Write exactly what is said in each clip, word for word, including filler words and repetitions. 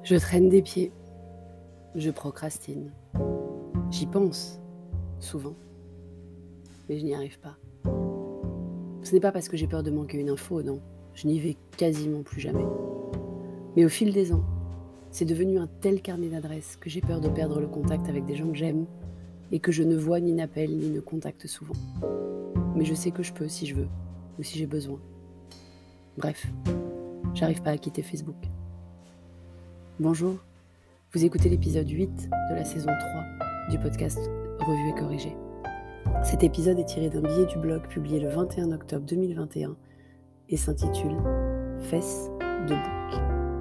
Je traîne des pieds, je procrastine. J'y pense, souvent, mais je n'y arrive pas. Ce n'est pas parce que j'ai peur de manquer une info, non, je n'y vais quasiment plus jamais. Mais au fil des ans, c'est devenu un tel carnet d'adresses que j'ai peur de perdre le contact avec des gens que j'aime et que je ne vois ni n'appelle ni ne contacte souvent. Mais je sais que je peux si je veux ou si j'ai besoin. Bref, j'arrive pas à quitter Facebook. Bonjour, vous écoutez l'épisode huit de la saison trois du podcast Revue et Corrigée. Cet épisode est tiré d'un billet du blog publié le vingt et un octobre deux mille vingt et un et s'intitule « Fesses de bouc ».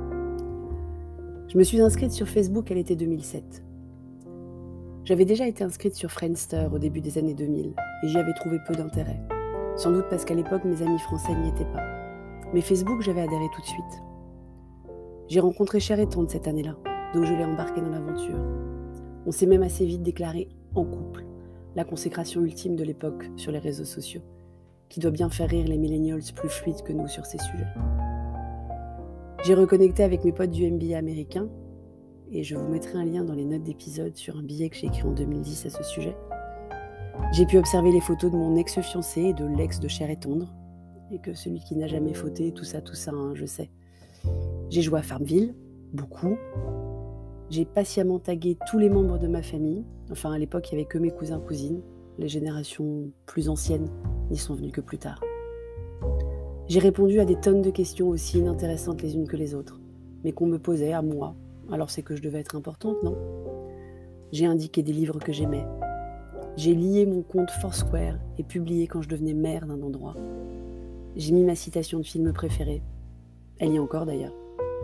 Je me suis inscrite sur Facebook à l'été deux mille sept. J'avais déjà été inscrite sur Friendster au début des années deux mille et j'y avais trouvé peu d'intérêt. Sans doute parce qu'à l'époque, mes amis français n'y étaient pas. Mais Facebook, j'avais adhéré tout de suite. J'ai rencontré Cher et Tendre cette année-là, donc je l'ai embarqué dans l'aventure. On s'est même assez vite déclaré en couple, la consécration ultime de l'époque sur les réseaux sociaux, qui doit bien faire rire les millennials plus fluides que nous sur ces sujets. J'ai reconnecté avec mes potes du M B A américain, et je vous mettrai un lien dans les notes d'épisode sur un billet que j'ai écrit en deux mille dix à ce sujet. J'ai pu observer les photos de mon ex-fiancé et de l'ex de Cher et Tendre, et que celui qui n'a jamais fauté, tout ça, tout ça, hein, je sais. J'ai joué à Farmville, beaucoup. J'ai patiemment tagué tous les membres de ma famille. Enfin, à l'époque, il n'y avait que mes cousins, cousines. Les générations plus anciennes n'y sont venues que plus tard. J'ai répondu à des tonnes de questions aussi inintéressantes les unes que les autres, mais qu'on me posait à moi. Alors c'est que je devais être importante, non ? J'ai indiqué des livres que j'aimais. J'ai lié mon compte Foursquare et publié quand je devenais maire d'un endroit. J'ai mis ma citation de film préférée. Elle y est encore d'ailleurs.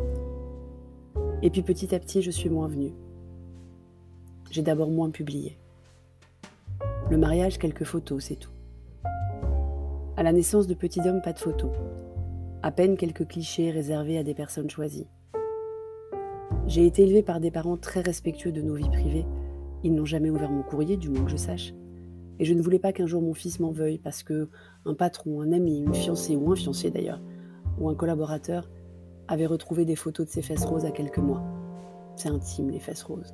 Et puis petit à petit, je suis moins venue. J'ai d'abord moins publié. Le mariage, quelques photos, c'est tout. À la naissance de Petit Homme, pas de photos. À peine quelques clichés réservés à des personnes choisies. J'ai été élevée par des parents très respectueux de nos vies privées. Ils n'ont jamais ouvert mon courrier, du moins que je sache. Et je ne voulais pas qu'un jour mon fils m'en veuille parce que un patron, un ami, une fiancée ou un fiancé d'ailleurs, ou un collaborateur avait retrouvé des photos de ses fesses roses à quelques mois. C'est intime, les fesses roses.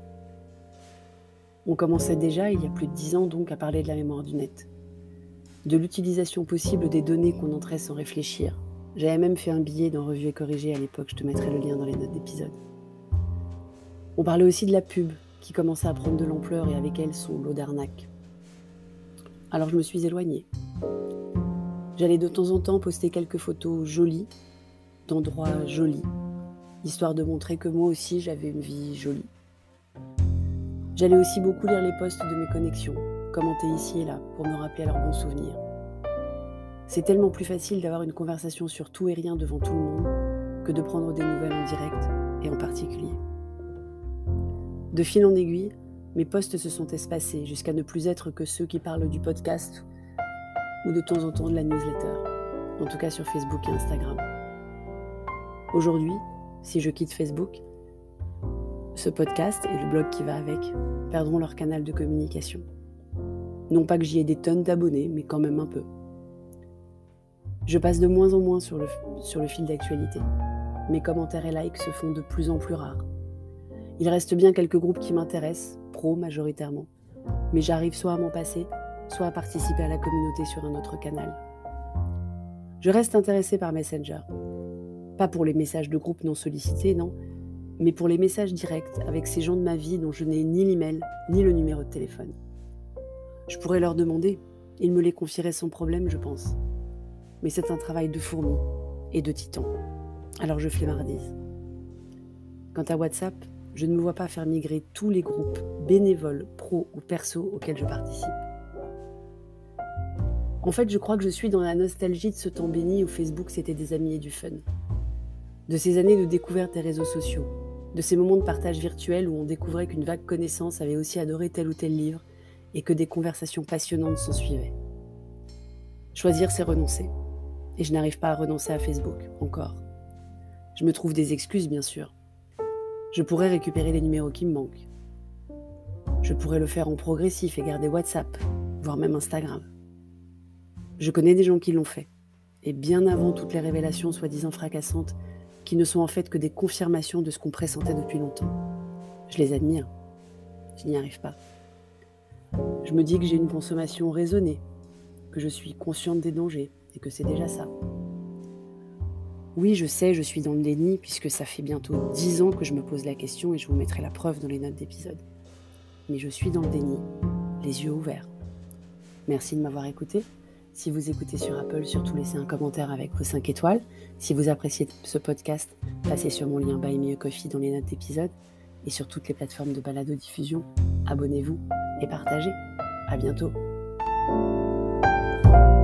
On commençait déjà, il y a plus de dix ans donc, à parler de la mémoire du net. De l'utilisation possible des données qu'on entrait sans réfléchir. J'avais même fait un billet dans Revue et Corrigée à l'époque, je te mettrai le lien dans les notes d'épisode. On parlait aussi de la pub, qui commençait à prendre de l'ampleur et avec elle son lot d'arnaques. Alors je me suis éloignée. J'allais de temps en temps poster quelques photos jolies, d'endroits jolis, histoire de montrer que moi aussi j'avais une vie jolie. J'allais aussi beaucoup lire les posts de mes connexions, commenter ici et là pour me rappeler leurs bons souvenirs. C'est tellement plus facile d'avoir une conversation sur tout et rien devant tout le monde que de prendre des nouvelles en direct et en particulier. De fil en aiguille, mes posts se sont espacés jusqu'à ne plus être que ceux qui parlent du podcast ou de temps en temps de la newsletter, en tout cas sur Facebook et Instagram. Aujourd'hui, si je quitte Facebook, ce podcast et le blog qui va avec perdront leur canal de communication. Non pas que j'y ai des tonnes d'abonnés, mais quand même un peu. Je passe de moins en moins sur le, sur le fil d'actualité. Mes commentaires et likes se font de plus en plus rares. Il reste bien quelques groupes qui m'intéressent, pro majoritairement, mais j'arrive soit à m'en passer, soit à participer à la communauté sur un autre canal. Je reste intéressée par Messenger. Pas pour les messages de groupe non sollicités, non, mais pour les messages directs avec ces gens de ma vie dont je n'ai ni l'email ni le numéro de téléphone. Je pourrais leur demander, ils me les confieraient sans problème, je pense. Mais c'est un travail de fourmi et de titan, alors je flemmardise. Quant à WhatsApp, je ne me vois pas faire migrer tous les groupes bénévoles, pro ou perso auxquels je participe. En fait, je crois que je suis dans la nostalgie de ce temps béni où Facebook c'était des amis et du fun. De ces années de découverte des réseaux sociaux, de ces moments de partage virtuel où on découvrait qu'une vague connaissance avait aussi adoré tel ou tel livre et que des conversations passionnantes s'en suivaient. Choisir, c'est renoncer. Et je n'arrive pas à renoncer à Facebook, encore. Je me trouve des excuses, bien sûr. Je pourrais récupérer les numéros qui me manquent. Je pourrais le faire en progressif et garder WhatsApp, voire même Instagram. Je connais des gens qui l'ont fait. Et bien avant toutes les révélations soi-disant fracassantes qui ne sont en fait que des confirmations de ce qu'on pressentait depuis longtemps. Je les admire. Je n'y arrive pas. Je me dis que j'ai une consommation raisonnée, que je suis consciente des dangers et que c'est déjà ça. Oui, je sais, je suis dans le déni puisque ça fait bientôt dix ans que je me pose la question et je vous mettrai la preuve dans les notes d'épisode. Mais je suis dans le déni, les yeux ouverts. Merci de m'avoir écouté. Si vous écoutez sur Apple, surtout laissez un commentaire avec vos cinq étoiles. Si vous appréciez ce podcast, passez sur mon lien Buy Me a Coffee dans les notes d'épisode et sur toutes les plateformes de balado-diffusion. Abonnez-vous et partagez. À bientôt.